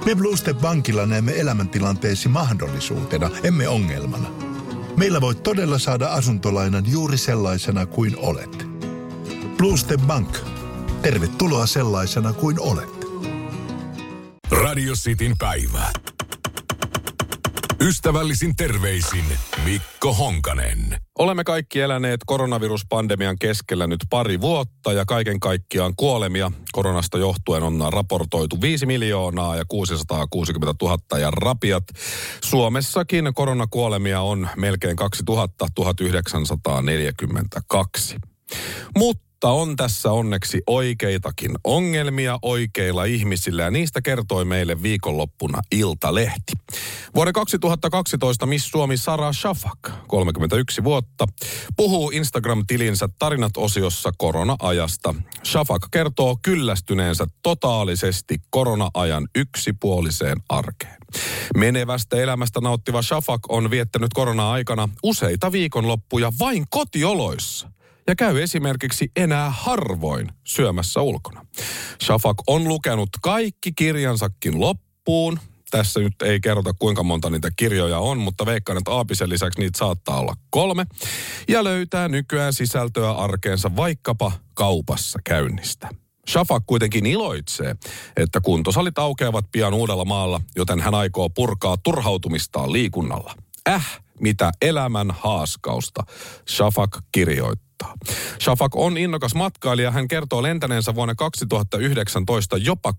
Me Blue Step Bankilla näemme elämäntilanteesi mahdollisuutena, emme ongelmana. Meillä voit todella saada asuntolainan juuri sellaisena kuin olet. Blue Step Bank. Tervetuloa sellaisena kuin olet. Radio Cityn päivä. Ystävällisin terveisin Mikko Honkanen. Olemme kaikki eläneet koronaviruspandemian keskellä nyt pari vuotta ja kaiken kaikkiaan kuolemia koronasta johtuen on raportoitu 5 660 000 ja rapiat. Suomessakin koronakuolemia on melkein 1942. Mutta on tässä onneksi oikeitakin ongelmia oikeilla ihmisillä ja niistä kertoi meille viikonloppuna Iltalehti. Vuoden 2012 Miss Suomi Sara Shafak, 31 vuotta, puhuu Instagram-tilinsä Tarinat-osiossa korona-ajasta. Shafak kertoo kyllästyneensä totaalisesti korona-ajan yksipuoliseen arkeen. Menevästä elämästä nauttiva Shafak on viettänyt korona-aikana useita viikonloppuja vain kotioloissa. Ja käy esimerkiksi enää harvoin syömässä ulkona. Shafak on lukenut kaikki kirjansakin loppuun. Tässä nyt ei kerrota kuinka monta niitä kirjoja on, mutta veikkaan, että aapisen lisäksi niitä saattaa olla 3. Ja löytää nykyään sisältöä arkeensa vaikkapa kaupassa käynnistä. Shafak kuitenkin iloitsee, että kuntosalit aukeavat pian Uudellamaalla, joten hän aikoo purkaa turhautumistaan liikunnalla. Mitä elämän haaskausta, Shafak kirjoittaa. Shafak on innokas matkailija. Hän kertoo lentäneensä vuonna 2019 jopa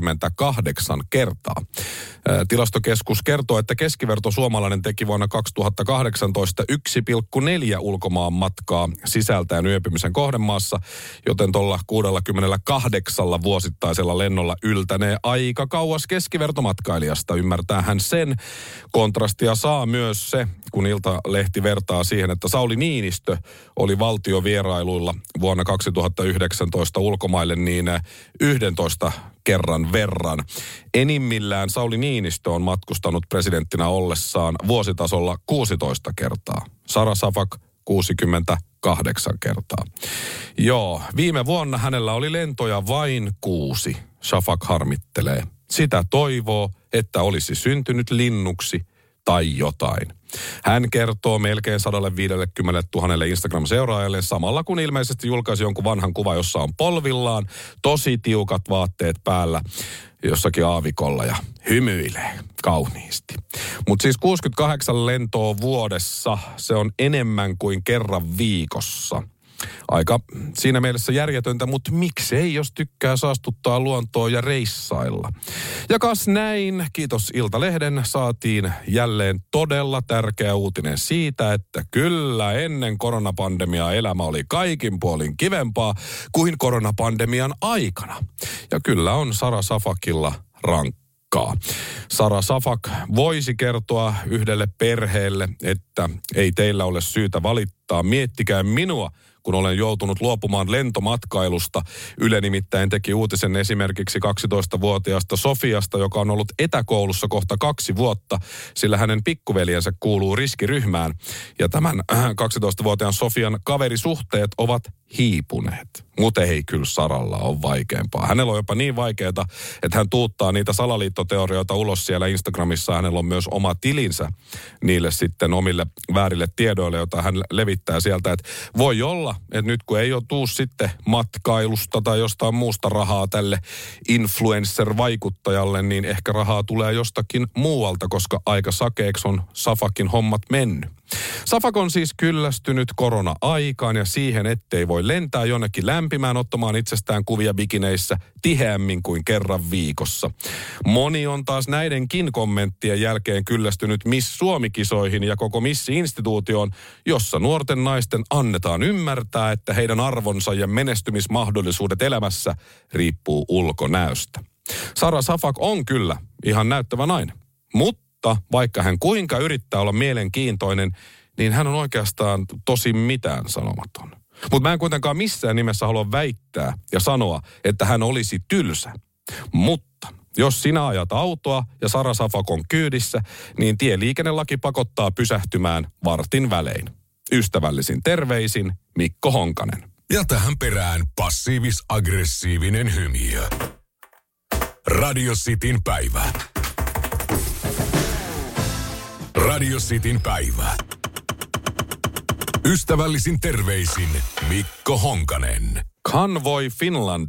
68 kertaa. Tilastokeskus kertoo, että keskiverto suomalainen teki vuonna 2018 1,4 ulkomaan matkaa sisältäen yöpymisen kohdemaassa, joten tuolla 68 vuosittaisella lennolla yltänee aika kauas keskivertomatkailijasta. Ymmärtää hän sen. Kontrastia saa myös se, kun Iltalehti vertaa siihen, että Sauli Niinistö oli valtiovierailuilla vuonna 2019 ulkomaille niin 11 kerran verran. Enimmillään Sauli Niinistö on matkustanut presidenttinä ollessaan vuositasolla 16 kertaa. Sara Shafak 68 kertaa. Joo, viime vuonna hänellä oli lentoja vain 6. Shafak harmittelee. Sitä toivoo, että olisi syntynyt linnuksi tai jotain. Hän kertoo melkein 150 000 Instagram-seuraajalle samalla kun ilmeisesti julkaisi jonkun vanhan kuva, jossa on polvillaan tosi tiukat vaatteet päällä jossakin aavikolla ja hymyilee kauniisti. Mutta siis 68 lentoa vuodessa, se on enemmän kuin kerran viikossa. Aika siinä mielessä järjetöntä, mutta miksei, jos tykkää saastuttaa luontoa ja reissailla. Ja kas näin, kiitos Iltalehden, saatiin jälleen todella tärkeä uutinen siitä, että kyllä ennen koronapandemiaa elämä oli kaikin puolin kivempaa kuin koronapandemian aikana. Ja kyllä on Sara Shafakilla rankkaa. Sara Shafak voisi kertoa yhdelle perheelle, että ei teillä ole syytä valittaa, miettikää minua, kun olen joutunut luopumaan lentomatkailusta. Yle nimittäin teki uutisen esimerkiksi 12-vuotiaasta Sofiasta, joka on ollut etäkoulussa kohta 2 vuotta, sillä hänen pikkuveljensä kuuluu riskiryhmään. Ja tämän 12-vuotiaan Sofian kaverisuhteet ovat hiipuneet. Mutta ei kyllä Saralla ole vaikeampaa. Hänellä on jopa niin vaikeaa, että hän tuuttaa niitä salaliittoteorioita ulos siellä Instagramissa. Hänellä on myös oma tilinsä niille sitten omille väärille tiedoille, joita hän levittää sieltä. Että voi olla, että nyt kun ei ole tuu sitten matkailusta tai jostain muusta rahaa tälle influencer-vaikuttajalle, niin ehkä rahaa tulee jostakin muualta, koska aika sakeeksi on Shafakin hommat mennyt. Shafak on siis kyllästynyt korona-aikaan ja siihen, ettei voi lentää jonnekin lämpimään ottamaan itsestään kuvia bikineissä tiheämmin kuin kerran viikossa. Moni on taas näidenkin kommenttien jälkeen kyllästynyt Miss Suomi-kisoihin ja koko Missi-instituutioon, jossa nuorten naisten annetaan ymmärtää, että heidän arvonsa ja menestymismahdollisuudet elämässä riippuu ulkonäöstä. Sara Shafak on kyllä ihan näyttävä nainen, mutta vaikka hän kuinka yrittää olla mielenkiintoinen, niin hän on oikeastaan tosi mitään sanomaton. Mutta mä en kuitenkaan missään nimessä halua väittää ja sanoa, että hän olisi tylsä. Mutta jos sinä ajat autoa ja Sara Shafak on kyydissä, niin tieliikennelaki pakottaa pysähtymään vartin välein. Ystävällisin terveisin Mikko Honkanen. Ja tähän perään passiivis-aggressiivinen hymiö. Radio Cityn päivä. Radio Cityn päivä. Ystävällisin terveisin Mikko Honkanen. Convoy Finland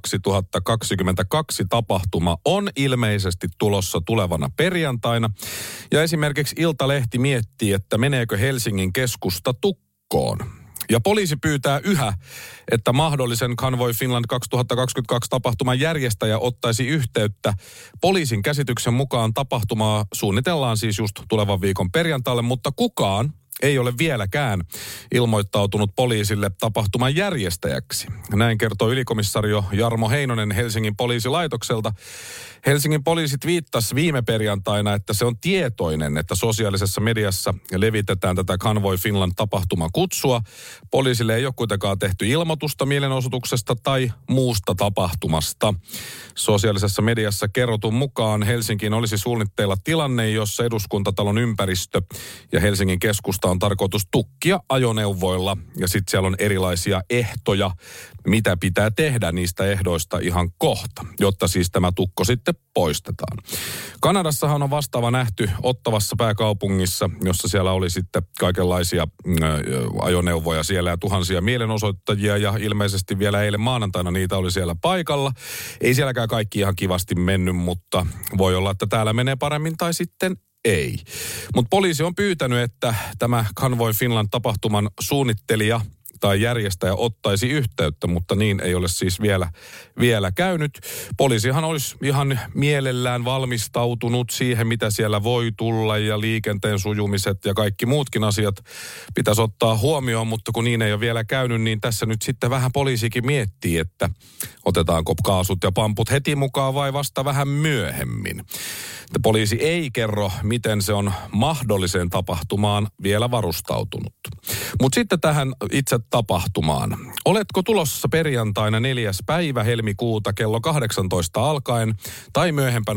2022 tapahtuma on ilmeisesti tulossa tulevana perjantaina. Ja esimerkiksi Iltalehti miettii, että meneekö Helsingin keskusta tukkoon. Ja poliisi pyytää yhä, että mahdollisen Convoy Finland 2022 tapahtuman järjestäjä ottaisi yhteyttä. Poliisin käsityksen mukaan tapahtumaa suunnitellaan siis just tulevan viikon perjantaille, mutta kukaan ei ole vieläkään ilmoittautunut poliisille tapahtuman järjestäjäksi. Näin kertoo ylikomissario Jarmo Heinonen Helsingin poliisilaitokselta. Helsingin poliisi twiittasi viime perjantaina, että se on tietoinen, että sosiaalisessa mediassa levitetään tätä Convoy Finland -tapahtuman kutsua. Poliisille ei ole kuitenkaan tehty ilmoitusta mielenosoituksesta tai muusta tapahtumasta. Sosiaalisessa mediassa kerrotun mukaan Helsinkiin olisi suunnitteilla tilanne, jossa Eduskuntatalon ympäristö ja Helsingin keskusta on tarkoitus tukkia ajoneuvoilla. Ja sitten siellä on erilaisia ehtoja, mitä pitää tehdä niistä ehdoista ihan kohta, jotta siis tämä tukko sitten poistetaan. Kanadassahan on vastaava nähty Ottavassa pääkaupungissa, jossa siellä oli sitten kaikenlaisia ajoneuvoja siellä ja tuhansia mielenosoittajia ja ilmeisesti vielä eilen maanantaina niitä oli siellä paikalla. Ei sielläkään kaikki ihan kivasti mennyt, mutta voi olla, että täällä menee paremmin tai sitten ei. Mutta poliisi on pyytänyt, että tämä Convoy Finland -tapahtuman suunnittelija tai järjestäjä ottaisi yhteyttä, mutta niin ei ole siis vielä käynyt. Poliisihan olisi ihan mielellään valmistautunut siihen, mitä siellä voi tulla ja liikenteen sujumiset ja kaikki muutkin asiat pitäisi ottaa huomioon, mutta kun niin ei ole vielä käynyt, niin tässä nyt sitten vähän poliisikin miettii, että otetaanko kaasut ja pamput heti mukaan vai vasta vähän myöhemmin. Poliisi ei kerro, miten se on mahdolliseen tapahtumaan vielä varustautunut. Mutta sitten tähän itse tapahtumaan. Oletko tulossa perjantaina 4. päivä helmikuuta kello 18 alkaen tai myöhempänä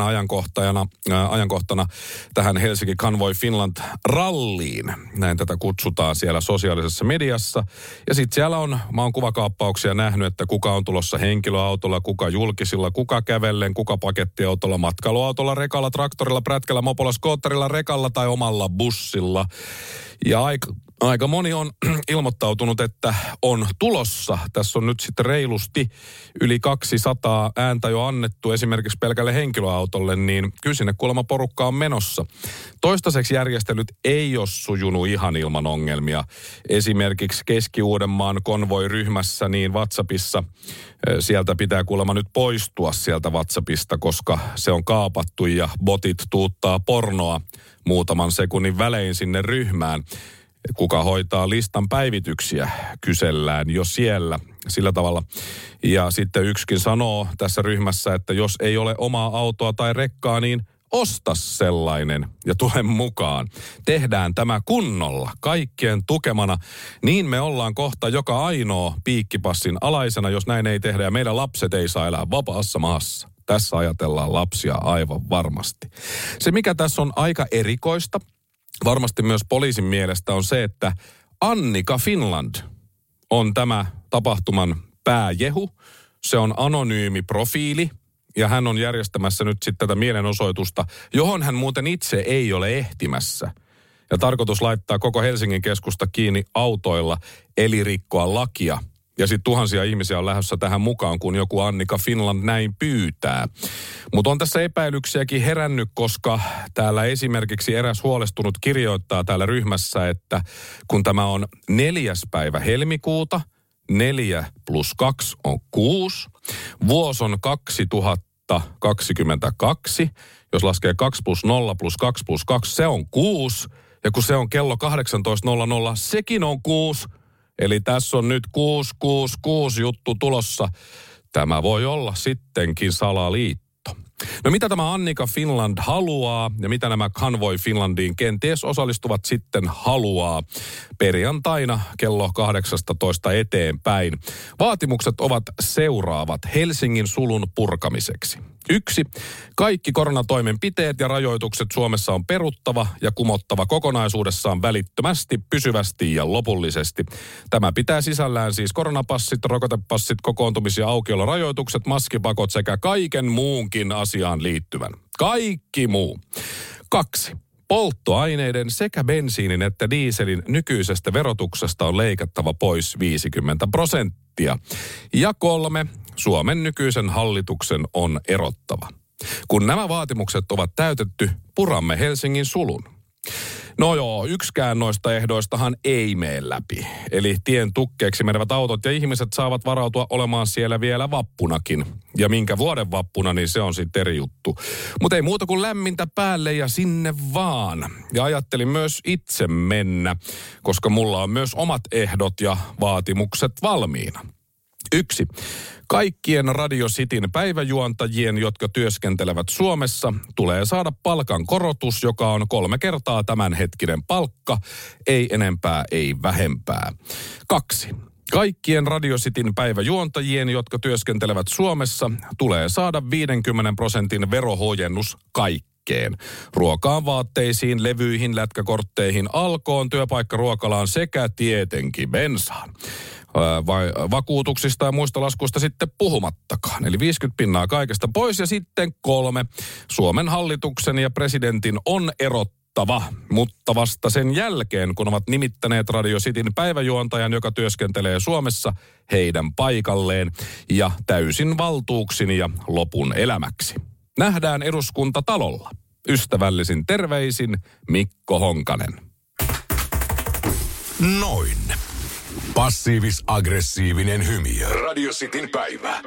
ajankohtana tähän Helsinki Convoy Finland -ralliin? Näin tätä kutsutaan siellä sosiaalisessa mediassa. Ja sitten siellä mä oon kuvakaappauksia nähnyt, että kuka on tulossa henkilöautolla, kuka julkisilla, kuka kävellen, kuka pakettiautolla, matkailuautolla, rekalla, traktorilla, prätkällä, mopolla, skootterilla, rekalla tai omalla bussilla. Ja aika moni on ilmoittautunut, että on tulossa. Tässä on nyt sitten reilusti yli 200 ääntä jo annettu esimerkiksi pelkälle henkilöautolle, niin kyllä sinne kuulemma porukka on menossa. Toistaiseksi järjestelyt ei ole sujunut ihan ilman ongelmia. Esimerkiksi Keski-Uudenmaan konvoi-ryhmässä niin WhatsAppissa sieltä pitää kuulemma nyt poistua sieltä WhatsAppista, koska se on kaapattu ja botit tuuttaa pornoa muutaman sekunnin välein sinne ryhmään. Kuka hoitaa listan päivityksiä, kysellään jo siellä sillä tavalla. Ja sitten yksikin sanoo tässä ryhmässä, että jos ei ole omaa autoa tai rekkaa, niin osta sellainen ja tule mukaan. Tehdään tämä kunnolla, kaikkien tukemana. Niin me ollaan kohta joka ainoa piikkipassin alaisena, jos näin ei tehdä. Ja meidän lapset ei saa elää vapaassa maassa. Tässä ajatellaan lapsia aivan varmasti. Se, mikä tässä on aika erikoista, varmasti myös poliisin mielestä, on se, että Annika Finland on tämä tapahtuman pääjehu. Se on anonyymi profiili ja hän on järjestämässä nyt sitten tätä mielenosoitusta, johon hän muuten itse ei ole ehtimässä. Ja tarkoitus laittaa koko Helsingin keskusta kiinni autoilla, eli rikkoa lakia. Ja sitten tuhansia ihmisiä on lähdössä tähän mukaan, kun joku Annika Finland näin pyytää. Mutta on tässä epäilyksiäkin herännyt, koska täällä esimerkiksi eräs huolestunut kirjoittaa täällä ryhmässä, että kun tämä on 4. päivä helmikuuta, 4 + 2 on 6, vuosi on 2022, jos laskee 2 + 0 + 2 + 2, se on 6, ja kun se on kello 18.00, sekin on 6, eli tässä on nyt 666 juttu tulossa. Tämä voi olla sittenkin salaliitto. No mitä tämä Annika Finland haluaa ja mitä nämä Convoy Finlandiin kenties osallistuvat sitten haluaa perjantaina kello 18 eteenpäin? Vaatimukset ovat seuraavat Helsingin sulun purkamiseksi. 1. Kaikki koronatoimenpiteet ja rajoitukset Suomessa on peruttava ja kumottava kokonaisuudessaan välittömästi, pysyvästi ja lopullisesti. Tämä pitää sisällään siis koronapassit, rokotepassit, kokoontumis- ja aukiolorajoitukset, maskipakot sekä kaiken muunkin asiaan liittyvän. Kaikki muu. 2. Polttoaineiden sekä bensiinin että dieselin nykyisestä verotuksesta on leikattava pois 50%. Ja 3. Suomen nykyisen hallituksen on erottava. Kun nämä vaatimukset ovat täytetty, puramme Helsingin sulun. No joo, yksikään noista ehdoistahan ei mene läpi. Eli tien tukkeeksi menevät autot ja ihmiset saavat varautua olemaan siellä vielä vappunakin. Ja minkä vuoden vappuna, niin se on sitten eri juttu. Mutta ei muuta kuin lämmintä päälle ja sinne vaan. Ja ajattelin myös itse mennä, koska mulla on myös omat ehdot ja vaatimukset valmiina. 1. Kaikkien Radio Cityn päiväjuontajien, jotka työskentelevät Suomessa, tulee saada palkankorotus, joka on 3 kertaa tämänhetkinen palkka, ei enempää, ei vähempää. 2. Kaikkien Radio Cityn päiväjuontajien, jotka työskentelevät Suomessa, tulee saada 50% verohuojennus kaikkeen. Ruokaan, vaatteisiin, levyihin, lätkäkortteihin, alkoon, työpaikkaruokalaan sekä tietenkin bensaan. Vakuutuksista ja muista laskuista sitten puhumattakaan. Eli 50% kaikesta pois. Ja sitten 3. Suomen hallituksen ja presidentin on erottava, mutta vasta sen jälkeen, kun ovat nimittäneet Radio Cityn päiväjuontajan, joka työskentelee Suomessa heidän paikalleen ja täysin valtuuksin ja lopun elämäksi. Nähdään Eduskuntatalolla. Ystävällisin terveisin Mikko Honkanen. Noin. Passiivis-aggressiivinen hymiö. Radio Cityn päivä.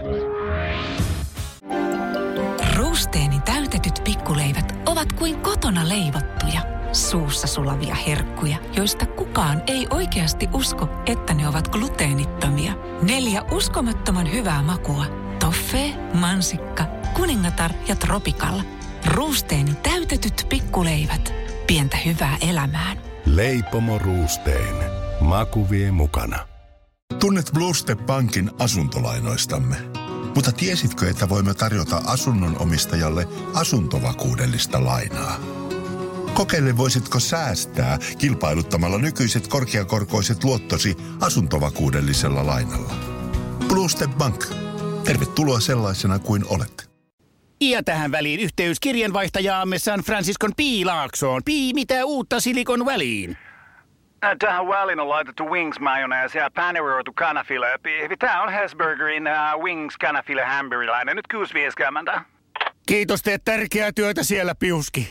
Ruusteeni täytetyt pikkuleivät ovat kuin kotona leivottuja, suussa sulavia herkkuja, joista kukaan ei oikeasti usko, että ne ovat gluteenittomia. 4 uskomattoman hyvää makua. Toffee, mansikka, kuningatar ja tropical. Ruusteeni täytetyt pikkuleivät. Pientä hyvää elämään. Leipomo Ruusteen. Maku vie mukana. Tunnet Blue Step Bankin asuntolainoistamme. Mutta tiesitkö, että voimme tarjota asunnon omistajalle asuntovakuudellista lainaa? Kokeile, voisitko säästää kilpailuttamalla nykyiset korkeakorkoiset luottosi asuntovakuudellisella lainalla. Blue Step Bank. Tervetuloa sellaisena kuin olet. Ja tähän väliin yhteys kirjanvaihtajaamme San Franciscon P. Laaksoon. Mitä uutta Silikon väliin? Tähän väliin on laitettu wings mayonnaise ja paneroitu kanafila. Tämä on Hesburgerin wings kanafila hamburilainen. Nyt 6.50. Kiitos, teet tärkeää työtä siellä, Piuski.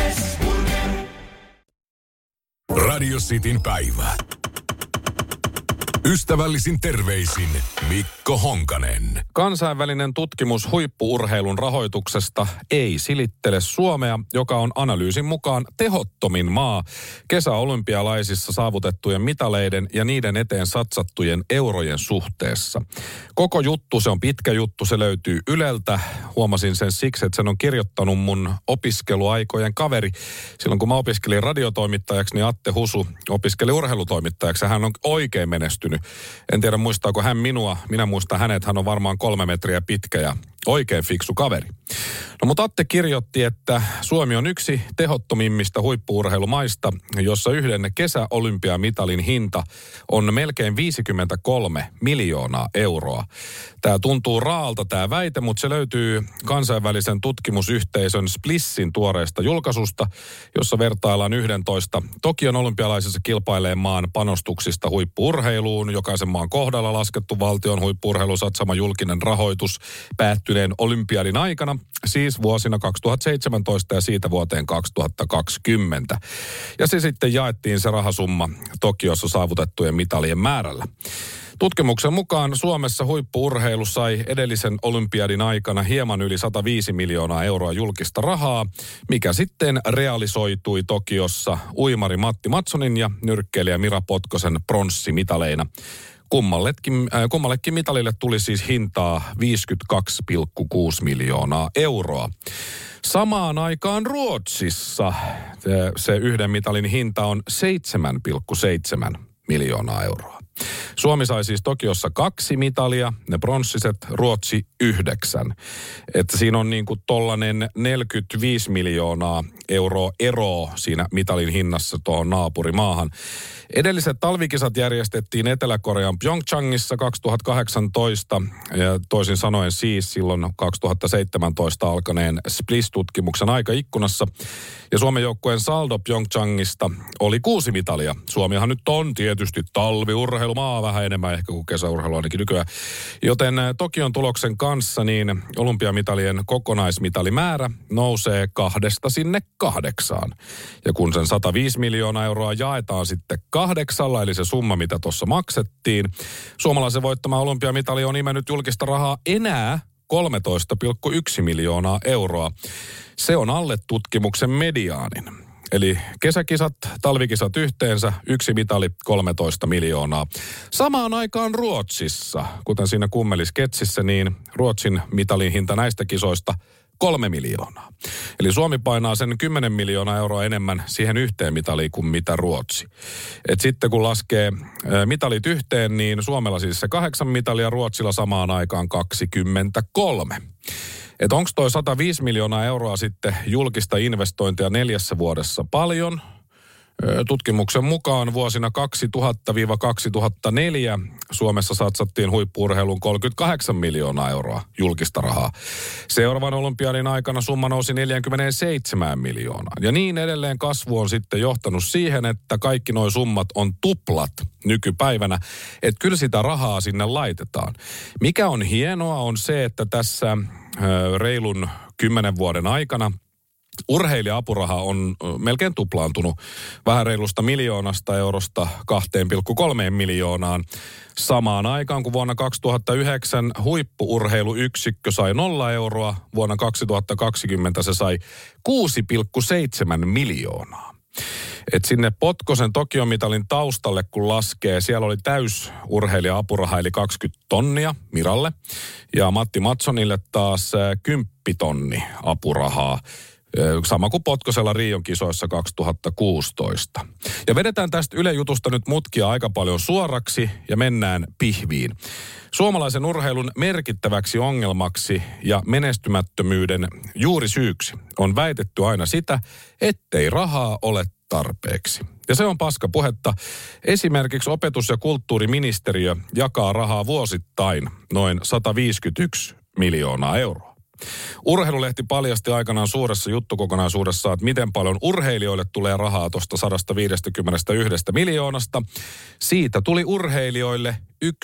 Radio Cityn päivä. Ystävällisin terveisin Mikko Honkanen. Kansainvälinen tutkimus huippu-urheilun rahoituksesta ei silittele Suomea, joka on analyysin mukaan tehottomin maa kesäolympialaisissa saavutettujen mitaleiden ja niiden eteen satsattujen eurojen suhteessa. Koko juttu, se on pitkä juttu, se löytyy Yleltä. Huomasin sen siksi, että sen on kirjoittanut mun opiskeluaikojen kaveri. Silloin kun mä opiskelin radiotoimittajaksi, niin Atte Husu opiskeli urheilutoimittajaksi ja hän on oikein menestynyt. En tiedä muistaako hän minua, minä muistan hänet, hän on varmaan 3 metriä pitkä ja oikein fiksu kaveri. No mutta Atte kirjoitti, että Suomi on yksi tehottomimmista huippu-urheilumaista, jossa yhden kesäolympiamitalin hinta on melkein 53 miljoonaa euroa. Tämä tuntuu raalta tämä väite, mutta se löytyy kansainvälisen tutkimusyhteisön Splissin tuoreesta julkaisusta, jossa vertaillaan 11 Tokion olympialaisissa kilpaileen maan panostuksista huippu-urheiluun. Jokaisen maan kohdalla laskettu valtion huippu-urheilu satsama julkinen rahoitus päättyneen olympiadin aikana, siis vuosina 2017 ja siitä vuoteen 2020. Ja se sitten jaettiin se rahasumma Tokiossa saavutettujen mitalien määrällä. Tutkimuksen mukaan Suomessa huippu-urheilu sai edellisen olympiadin aikana hieman yli 105 miljoonaa euroa julkista rahaa, mikä sitten realisoitui Tokiossa uimari Matti Matsonin ja nyrkkeilijä Mira Potkosen pronssimitaleina. Kummallekin mitalille tuli siis hintaa 52,6 miljoonaa euroa. Samaan aikaan Ruotsissa se yhden mitalin hinta on 7,7 miljoonaa euroa. Suomi sai siis Tokiossa 2 mitalia, ne pronssiset, Ruotsi 9. Että siinä on niin kuin tollainen 45 miljoonaa euroa eroa siinä mitalin hinnassa tuohon naapurimaahan. Edelliset talvikisat järjestettiin Etelä-Korean Pyeongchangissa 2018 ja toisin sanoen siis silloin 2017 alkaneen SPLIS-tutkimuksen aikaikkunassa. Ja Suomen joukkueen saldo Pyeongchangista oli 6 mitalia. Suomihan nyt on tietysti talviurheilumaa vähän enemmän ehkä kuin kesäurheilu ainakin nykyään. Joten Tokion tuloksen kanssa niin olympiamitalien kokonaismitalimäärä nousee 2 sinne 8. Ja kun sen 105 miljoonaa euroa jaetaan sitten 8, eli se summa, mitä tuossa maksettiin, suomalaisen voittama olympiamitali on imennyt julkista rahaa enää 13,1 miljoonaa euroa. Se on alle tutkimuksen mediaanin. Eli kesäkisat, talvikisat yhteensä, 1 mitali, 13 miljoonaa. Samaan aikaan Ruotsissa, kuten siinä kummelisketsissä, niin Ruotsin mitalin hinta näistä kisoista 3 miljoonaa. Eli Suomi painaa sen 10 miljoonaa euroa enemmän siihen yhteen mitaliin kuin mitä Ruotsi. Et sitten kun laskee mitalit yhteen, niin Suomella siis se 8 mitalia, Ruotsilla samaan aikaan 23. Että onko toi 105 miljoonaa euroa sitten julkista investointia 4 vuodessa paljon? Tutkimuksen mukaan vuosina 2000-2004 Suomessa satsattiin huippu-urheiluun 38 miljoonaa euroa julkista rahaa. Seuraavan olympiadin aikana summa nousi 47 miljoonaa. Ja niin edelleen kasvu on sitten johtanut siihen, että kaikki nuo summat on tuplat nykypäivänä. Että kyllä sitä rahaa sinne laitetaan. Mikä on hienoa on se, että tässä reilun 10 vuoden aikana urheilija-apuraha on melkein tuplaantunut vähän reilusta miljoonasta eurosta 2,3 miljoonaan. Samaan aikaan kun vuonna 2009 huippu-urheiluyksikkö sai 0 euroa, vuonna 2020 se sai 6,7 miljoonaa. Et sinne Potkosen Tokio-mitalin taustalle kun laskee, siellä oli täysurheilija-apuraha eli 20 tonnia Miralle ja Matti Mattsonille taas 10 tonni apurahaa. Sama kuin Potkosella Rion kisoissa 2016. Ja vedetään tästä Yle Jutusta nyt mutkia aika paljon suoraksi ja mennään pihviin. Suomalaisen urheilun merkittäväksi ongelmaksi ja menestymättömyyden juurisyyksi on väitetty aina sitä, ettei rahaa ole tarpeeksi. Ja se on paskapuhetta. Esimerkiksi opetus- ja kulttuuriministeriö jakaa rahaa vuosittain noin 151 miljoonaa euroa. Urheilulehti paljasti aikanaan suuressa juttukokonaisuudessa, että miten paljon urheilijoille tulee rahaa tuosta 151 miljoonasta. Siitä tuli urheilijoille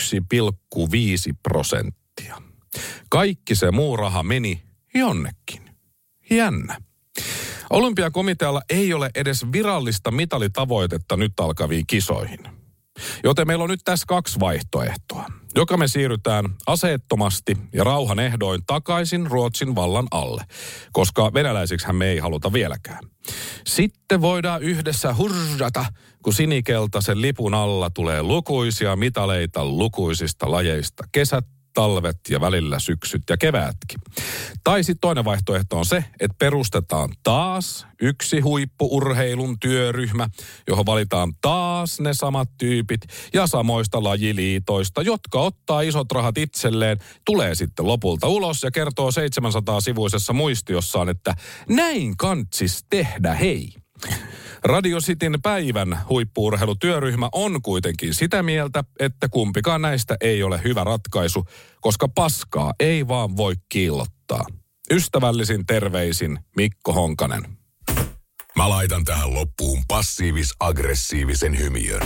1,5%. Kaikki se muu raha meni jonnekin. Jännä. Olympiakomitealla ei ole edes virallista mitalitavoitetta nyt alkaviin kisoihin. Joten meillä on nyt tässä 2 vaihtoehtoa. Joka me siirrytään aseettomasti ja rauhan ehdoin takaisin Ruotsin vallan alle, koska venäläisiksihän me ei haluta vieläkään. Sitten voidaan yhdessä hurrata, kun sinikeltaisen lipun alla tulee lukuisia mitaleita lukuisista lajeista. Kesät, talvet ja välillä syksyt ja keväätkin. Tai sitten toinen vaihtoehto on se, että perustetaan taas yksi huippu-urheilun työryhmä, johon valitaan taas ne samat tyypit ja samoista lajiliitoista, jotka ottaa isot rahat itselleen, tulee sitten lopulta ulos ja kertoo 700-sivuisessa muistiossaan, että näin kantsis tehdä hei. Radio Cityn päivän huippu-urheilutyöryhmä on kuitenkin sitä mieltä, että kumpikaan näistä ei ole hyvä ratkaisu, koska paskaa ei vaan voi kiillottaa. Ystävällisin terveisin Mikko Honkanen. Mä laitan tähän loppuun passiivis-aggressiivisen hymiön.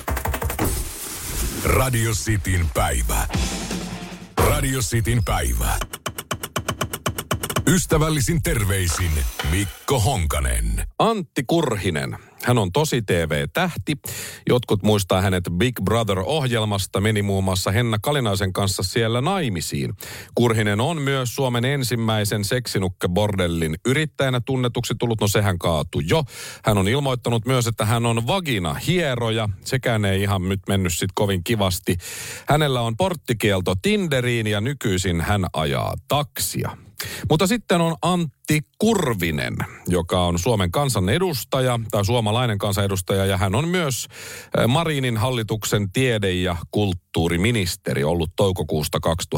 Radio Cityn päivä. Radio Cityn päivä. Ystävällisin terveisin Mikko Honkanen. Antti Kurhinen. Hän on tosi TV-tähti. Jotkut muistaa hänet Big Brother-ohjelmasta, meni muun muassa Henna Kalinaisen kanssa siellä naimisiin. Kurhinen on myös Suomen ensimmäisen seksinukke-bordellin yrittäjänä tunnetuksi tullut, no sehän kaatui jo. Hän on ilmoittanut myös, että hän on vagina-hieroja. Sekään ei ihan nyt mennyt sit kovin kivasti. Hänellä on porttikielto Tinderiin ja nykyisin hän ajaa taksia. Mutta sitten on Antti Kurvinen, joka on Suomen kansanedustaja tai suomalainen kansanedustaja, ja hän on myös Marinin hallituksen tiede- ja kulttuuriministeri ollut toukokuusta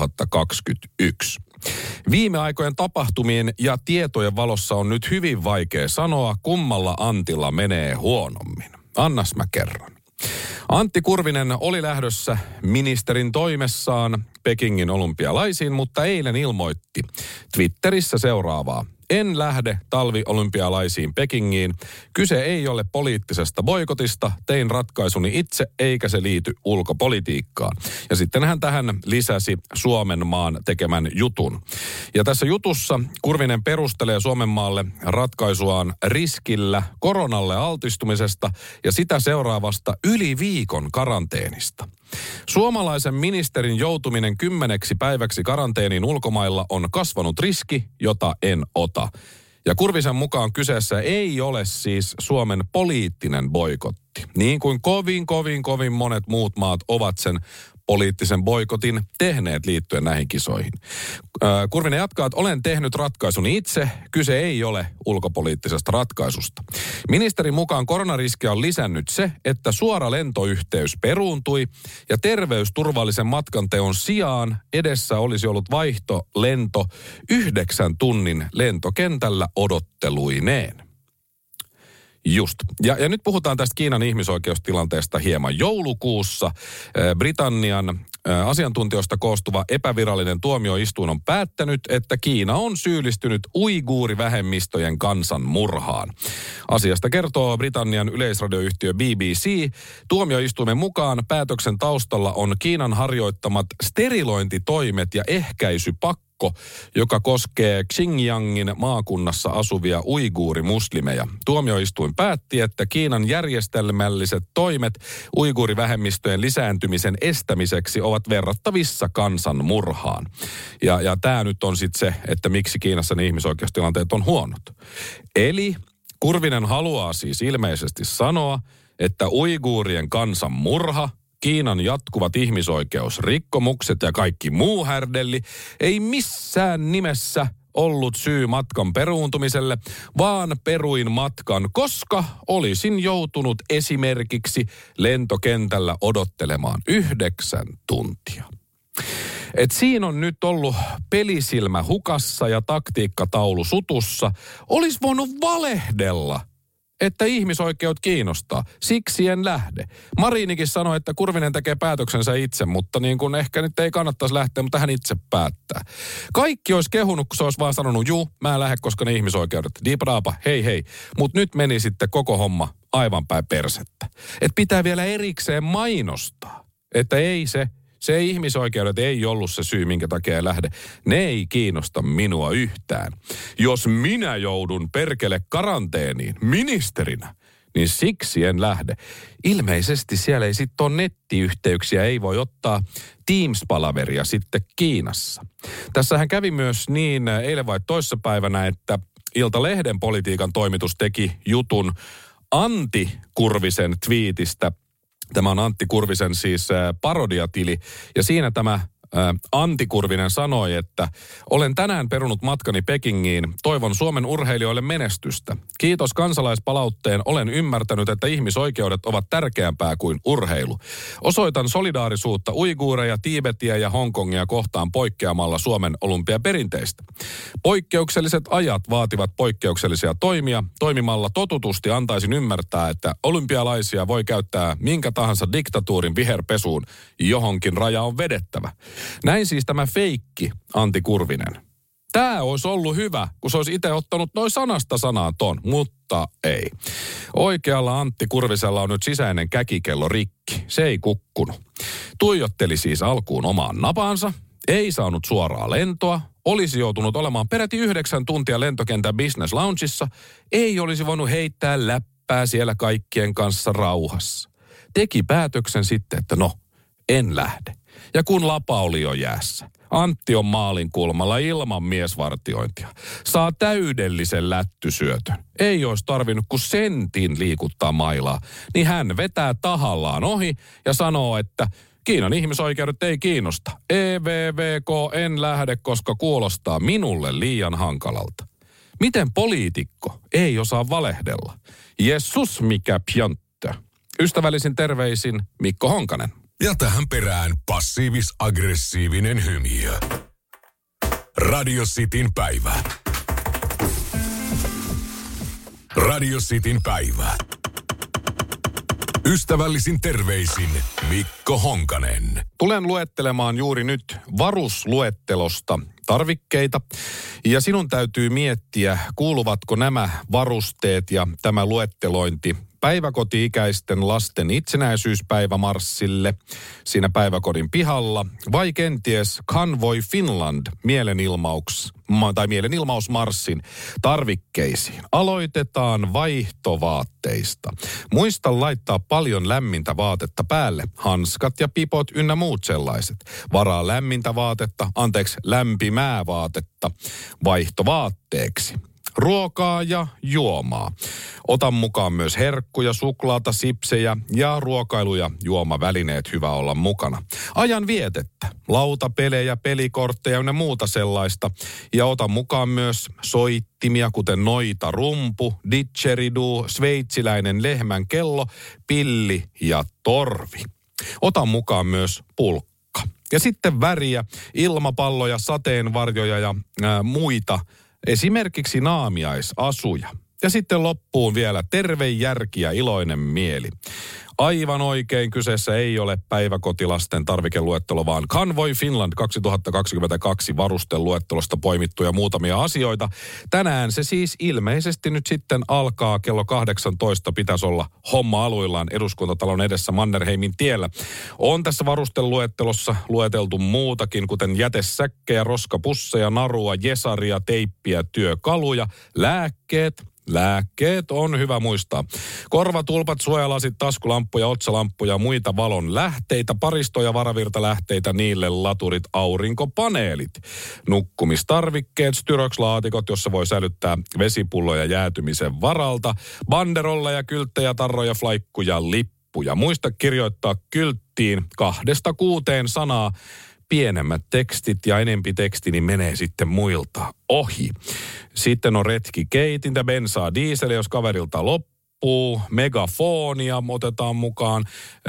2021. Viime aikojen tapahtumien ja tietojen valossa on nyt hyvin vaikea sanoa, kummalla Antilla menee huonommin. Annas mä kerron. Antti Kurvinen oli lähdössä ministerin toimessaan Pekingin olympialaisiin, mutta eilen ilmoitti Twitterissä seuraavaa. En lähde talviolympialaisiin Pekingiin. Kyse ei ole poliittisesta boikotista. Tein ratkaisuni itse, eikä se liity ulkopolitiikkaan. Ja sitten hän tähän lisäsi Suomenmaan tekemän jutun. Ja tässä jutussa Kurvinen perustelee Suomenmaalle ratkaisuaan riskillä koronalle altistumisesta ja sitä seuraavasta yli viikon karanteenista. Suomalaisen ministerin joutuminen 10 päiväksi karanteeniin ulkomailla on kasvanut riski, jota en ota. Ja Kurvisen mukaan kyseessä ei ole siis Suomen poliittinen boikotti. Niin kuin kovin monet muut maat ovat sen poliittisen boikotin tehneet liittyen näihin kisoihin. Kurvinen jatkaa, että olen tehnyt ratkaisuni itse. Kyse ei ole ulkopoliittisesta ratkaisusta. Ministerin mukaan koronariskiä on lisännyt se, että suora lentoyhteys peruuntui ja terveysturvallisen matkanteon sijaan edessä olisi ollut vaihtolento 9 tunnin lentokentällä odotteluineen. Just. Ja nyt puhutaan tästä Kiinan ihmisoikeustilanteesta hieman. Joulukuussa Britannian asiantuntijoista koostuva epävirallinen tuomioistuin on päättänyt, että Kiina on syyllistynyt uiguurivähemmistöjen kansanmurhaan. Asiasta kertoo Britannian yleisradioyhtiö BBC. Tuomioistuimen mukaan päätöksen taustalla on Kiinan harjoittamat sterilointitoimet ja ehkäisypakko, joka koskee Xinjiangin maakunnassa asuvia uiguurimuslimeja. Tuomioistuin päätti, että Kiinan järjestelmälliset toimet uiguurivähemmistöjen lisääntymisen estämiseksi ovat verrattavissa kansanmurhaan. Ja tämä nyt on sitten se, että miksi Kiinassa ne ihmisoikeustilanteet on huonot. Eli Kurvinen haluaa siis ilmeisesti sanoa, että uiguurien kansanmurha, Kiinan jatkuvat ihmisoikeusrikkomukset ja kaikki muu härdelli ei missään nimessä ollut syy matkan peruuntumiselle, vaan peruin matkan, koska olisin joutunut esimerkiksi lentokentällä odottelemaan 9 tuntia. Et siinä on nyt ollut pelisilmä hukassa ja taktiikkataulu sutussa. Olisi voinut valehdella, että ihmisoikeudet kiinnostaa. Siksi en lähde. Marinikin sanoi, että Kurvinen tekee päätöksensä itse, mutta niin kuin ehkä nyt ei kannattaisi lähteä, mutta hän itse päättää. Kaikki olisi kehunut, kun se olisi vaan sanonut, juu, mä en lähde, koska ne ihmisoikeudet. Diipadaapa, hei. Mutta nyt meni sitten koko homma aivan päin persettä. Että pitää vielä erikseen mainostaa, että ei se ihmisoikeudet ei ollut se syy, minkä takia en lähde. Ne ei kiinnosta minua yhtään. Jos minä joudun perkele karanteeniin ministerinä, niin siksi en lähde. Ilmeisesti siellä ei sitten ole nettiyhteyksiä, ei voi ottaa Teams-palaveria sitten Kiinassa. Tässähän kävi myös niin eilen vai toissapäivänä, että Iltalehden politiikan toimitus teki jutun Antti Kurvisen twiitistä. Tämä on Antti Kurvisen siis parodiatili, ja siinä tämä Antti Kurvinen sanoi, että olen tänään perunut matkani Pekingiin. Toivon Suomen urheilijoille menestystä. Kiitos kansalaispalautteen. Olen ymmärtänyt, että ihmisoikeudet ovat tärkeämpää kuin urheilu. Osoitan solidaarisuutta uiguureja, Tiibetiä ja Hongkongia kohtaan poikkeamalla Suomen olympiaperinteistä. Poikkeukselliset ajat vaativat poikkeuksellisia toimia. Toimimalla totutusti antaisin ymmärtää, että olympialaisia voi käyttää minkä tahansa diktatuurin viherpesuun. Johonkin raja on vedettävä. Näin siis tämä feikki Antti Kurvinen. Tämä olisi ollut hyvä, kun se olisi itse ottanut noin sanasta sanaan ton, mutta ei. Oikealla Antti Kurvisella on nyt sisäinen käkikello rikki. Se ei kukkunut. Tuijotteli siis alkuun omaan napaansa, ei saanut suoraa lentoa, olisi joutunut olemaan peräti 9 tuntia lentokentän business loungeissa, ei olisi voinut heittää läppää siellä kaikkien kanssa rauhassa. Teki päätöksen sitten, että en lähde. Ja kun lapa oli jo jäässä, Antti on maalin kulmalla ilman miesvartiointia. Saa täydellisen lättysyötön. Ei olisi tarvinnut kuin sentin liikuttaa mailaa. Niin hän vetää tahallaan ohi ja sanoo, että Kiinan ihmisoikeudet ei kiinnosta. EVVK en lähde, koska kuulostaa minulle liian hankalalta. Miten poliitikko ei osaa valehdella? Jesus mikä pjönttö. Ystävällisin terveisin Mikko Honkanen. Ja tähän perään passiivis-aggressiivinen hymiö. Radio Cityn päivä. Radio Cityn päivä. Ystävällisin terveisin Mikko Honkanen. Tulen luettelemaan juuri nyt varusluettelosta tarvikkeita. Ja sinun täytyy miettiä, kuuluvatko nämä varusteet ja tämä luettelointi päiväkoti-ikäisten lasten itsenäisyyspäivämarssille siinä päiväkodin pihalla vai kenties Convoy Finland mielenilmausmarssin tarvikkeisiin. Aloitetaan vaihtovaatteista. Muista laittaa paljon lämmintä vaatetta päälle. Hanskat ja pipot ynnä muut sellaiset. Varaa lämpimää vaatetta vaihtovaatteeksi. Ruokaa ja juomaa. Otan mukaan myös herkkuja, suklaata, sipsejä ja ruokailu- ja juomavälineet hyvä olla mukana. Ajan vietettä, lautapelejä, pelikortteja ja muuta sellaista. Ja otan mukaan myös soittimia, kuten noita rumpu, didgeridoo, sveitsiläinen lehmän kello, pilli ja torvi. Otan mukaan myös pulkka. Ja sitten väriä, ilmapalloja, sateenvarjoja ja muita. Esimerkiksi naamiaisasuja. Ja sitten loppuun vielä terve järki ja iloinen mieli. Aivan oikein, kyseessä ei ole päiväkotilasten tarvikeluettelo, vaan Convoy Finland 2022 varusteluettelosta poimittuja muutamia asioita. Tänään se siis ilmeisesti nyt sitten alkaa kello 18. Pitäisi olla homma aluillaan Eduskuntatalon edessä Mannerheimin tiellä. On tässä varusteluettelossa lueteltu muutakin, kuten jätesäkkejä, roskapusseja, narua, jesaria, teippiä, työkaluja, Lääkkeet on hyvä muistaa. Korvatulpat, suojalasit, taskulamppuja, otsalamppuja ja muita valon lähteitä, paristoja, varavirtalähteitä, niille laturit, aurinkopaneelit. Nukkumistarvikkeet, styrokslaatikot, jossa voi säilyttää vesipulloja jäätymisen varalta, banderolleja, kylttejä, tarroja, flaikkuja, lippuja. Muista kirjoittaa kylttiin 2-6 sanaa. Pienemmät tekstit ja enempi teksti niin menee sitten muilta ohi. Sitten on retkikeitintä, bensaa, dieseliä, jos kaverilta loppuu. Megafonia otetaan mukaan,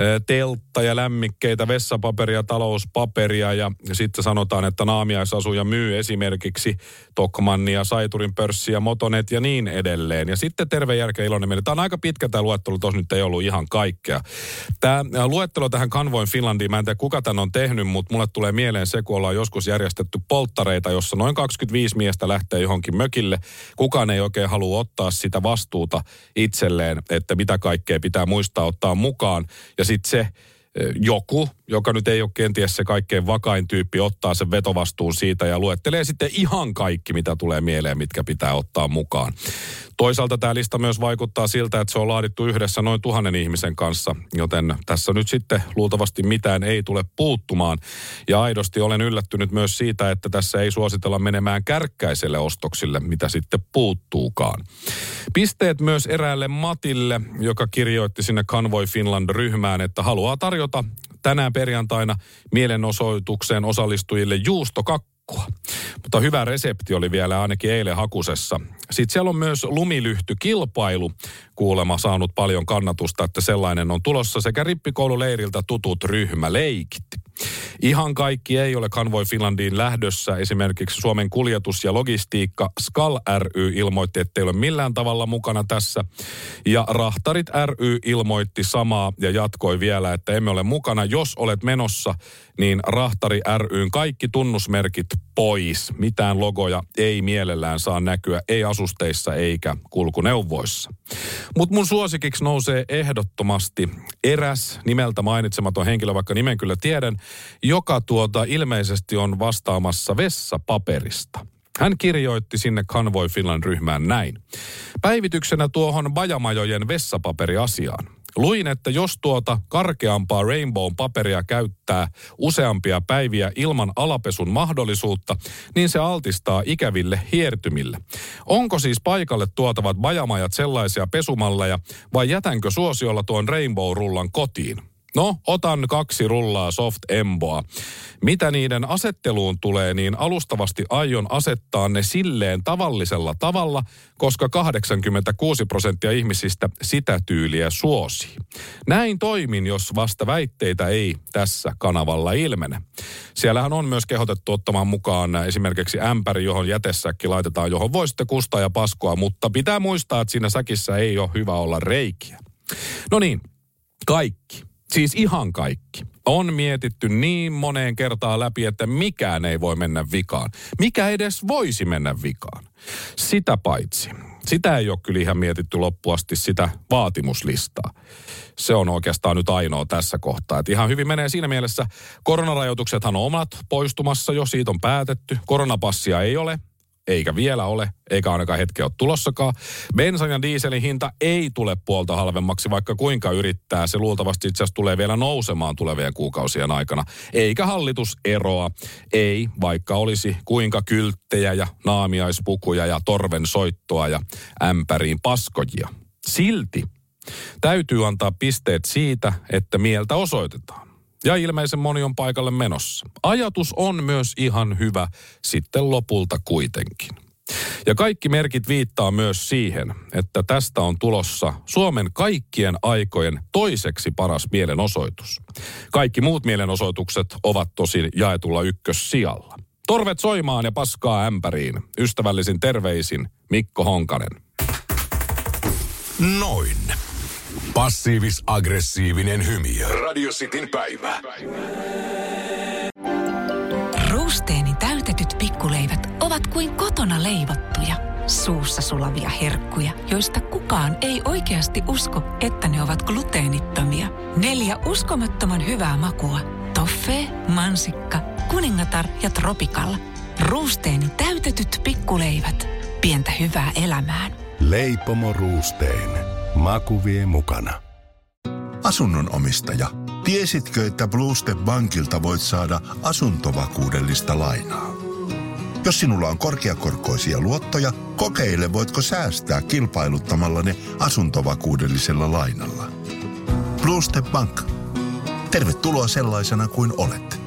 teltta ja lämmikkeitä, vessapaperia, talouspaperia ja sitten sanotaan, että naamiaisasuja myy esimerkiksi Tokmannia, Saiturin pörssiä, Motonet ja niin edelleen. Ja sitten terve järkeä iloinen mieli. Tämä on aika pitkä tämä luettelo, tuossa nyt ei ollut ihan kaikkea. Tämä luettelo tähän Convoy Finlandiin, mä en tiedä kuka tämän on tehnyt, mutta mulle tulee mieleen se, kun ollaan joskus järjestetty polttareita, jossa noin 25 miestä lähtee johonkin mökille. Kukaan ei oikein halua ottaa sitä vastuuta itselleen, että mitä kaikkea pitää muistaa ottaa mukaan. Ja sitten se joku, joka nyt ei ole kenties se kaikkein vakain tyyppi, ottaa sen vetovastuun siitä ja luettelee sitten ihan kaikki, mitä tulee mieleen, mitkä pitää ottaa mukaan. Toisaalta tämä lista myös vaikuttaa siltä, että se on laadittu yhdessä noin 1000 ihmisen kanssa, joten tässä nyt sitten luultavasti mitään ei tule puuttumaan. Ja aidosti olen yllättynyt myös siitä, että tässä ei suositella menemään kärkkäiselle ostoksille, mitä sitten puuttuukaan. Pisteet myös eräälle Matille, joka kirjoitti sinne Convoy Finland-ryhmään, että haluaa tarjota tänään perjantaina mielenosoitukseen osallistujille juustokakkua. Mutta hyvä resepti oli vielä ainakin eilen hakusessa. Sitten siellä on myös lumilyhtykilpailu kuulemma saanut paljon kannatusta, että sellainen on tulossa sekä rippikoululeiriltä tutut ryhmäleikit. Ihan kaikki ei ole Convoy Finlandiin lähdössä. Esimerkiksi Suomen kuljetus ja logistiikka SKAL ry ilmoitti, että ei ole millään tavalla mukana tässä. Ja Rahtarit ry ilmoitti samaa ja jatkoi vielä, että emme ole mukana. Jos olet menossa, niin Rahtari ry:n kaikki tunnusmerkit pois. Mitään logoja ei mielellään saa näkyä, ei asusteissa eikä kulkuneuvoissa. Mutta mun suosikiksi nousee ehdottomasti eräs nimeltä mainitsematon henkilö, vaikka nimen kyllä tiedän, joka ilmeisesti on vastaamassa vessapaperista. Hän kirjoitti sinne Convoy Finland-ryhmään näin. Päivityksenä tuohon bajamajojen vessapaperiasiaan. Luin, että jos tuota karkeampaa Rainbown paperia käyttää useampia päiviä ilman alapesun mahdollisuutta, niin se altistaa ikäville hiertymille. Onko siis paikalle tuotavat bajamajat sellaisia pesumalleja vai jätänkö suosiolla tuon Rainbow-rullan kotiin? No, otan 2 rullaa Soft Emboa. Mitä niiden asetteluun tulee, niin alustavasti aion asettaa ne silleen tavallisella tavalla, koska 86% ihmisistä sitä tyyliä suosii. Näin toimin, jos vasta väitteitä ei tässä kanavalla ilmene. Siellähän on myös kehotettu ottamaan mukaan esimerkiksi ämpäri, johon jätesäkki laitetaan, johon voi sitten kustaa ja paskoa, mutta pitää muistaa, että siinä säkissä ei ole hyvä olla reikiä. No niin, kaikki. Siis ihan kaikki. On mietitty niin moneen kertaan läpi, että mikään ei voi mennä vikaan. Mikä edes voisi mennä vikaan? Sitä paitsi. Sitä ei ole kyllä ihan mietitty loppuasti sitä vaatimuslistaa. Se on oikeastaan nyt ainoa tässä kohtaa. Että ihan hyvin menee siinä mielessä. Koronarajoituksethan on omat poistumassa jo, siitä on päätetty. Koronapassia ei ole. Eikä vielä ole, eikä ainakaan hetkeä ole tulossakaan. Bensan ja dieselin hinta ei tule puolta halvemmaksi, vaikka kuinka yrittää. Se luultavasti itse asiassa tulee vielä nousemaan tulevien kuukausien aikana. Eikä hallitus eroa. Ei, vaikka olisi kuinka kylttejä ja naamiaispukuja ja torven soittoa ja ämpäriin paskojia. Silti täytyy antaa pisteet siitä, että mieltä osoitetaan. Ja ilmeisen moni on paikalle menossa. Ajatus on myös ihan hyvä sitten lopulta kuitenkin. Ja kaikki merkit viittaa myös siihen, että tästä on tulossa Suomen kaikkien aikojen toiseksi paras mielenosoitus. Kaikki muut mielenosoitukset ovat tosin jaetulla ykkössijalla. Torvet soimaan ja paskaa ämpäriin. Ystävällisin terveisin Mikko Honkanen. Noin. Passiivis-aggressiivinen hymiö. Radio Cityn päivä. Ruusteeni täytetyt pikkuleivät ovat kuin kotona leivottuja, suussa sulavia herkkuja, joista kukaan ei oikeasti usko, että ne ovat gluteenittomia. 4 uskomattoman hyvää makua. Toffee, mansikka, kuningatar ja tropical. Ruusteeni täytetyt pikkuleivät. Pientä hyvää elämään. Leipomo Ruusteen. Maku vie mukana. Asunnon omistaja, tiesitkö, että Blue Step Bankilta voit saada asuntovakuudellista lainaa? Jos sinulla on korkeakorkoisia luottoja, kokeile voitko säästää kilpailuttamalla ne asuntovakuudellisella lainalla. Blue Step Bank. Tervetuloa sellaisena kuin olet.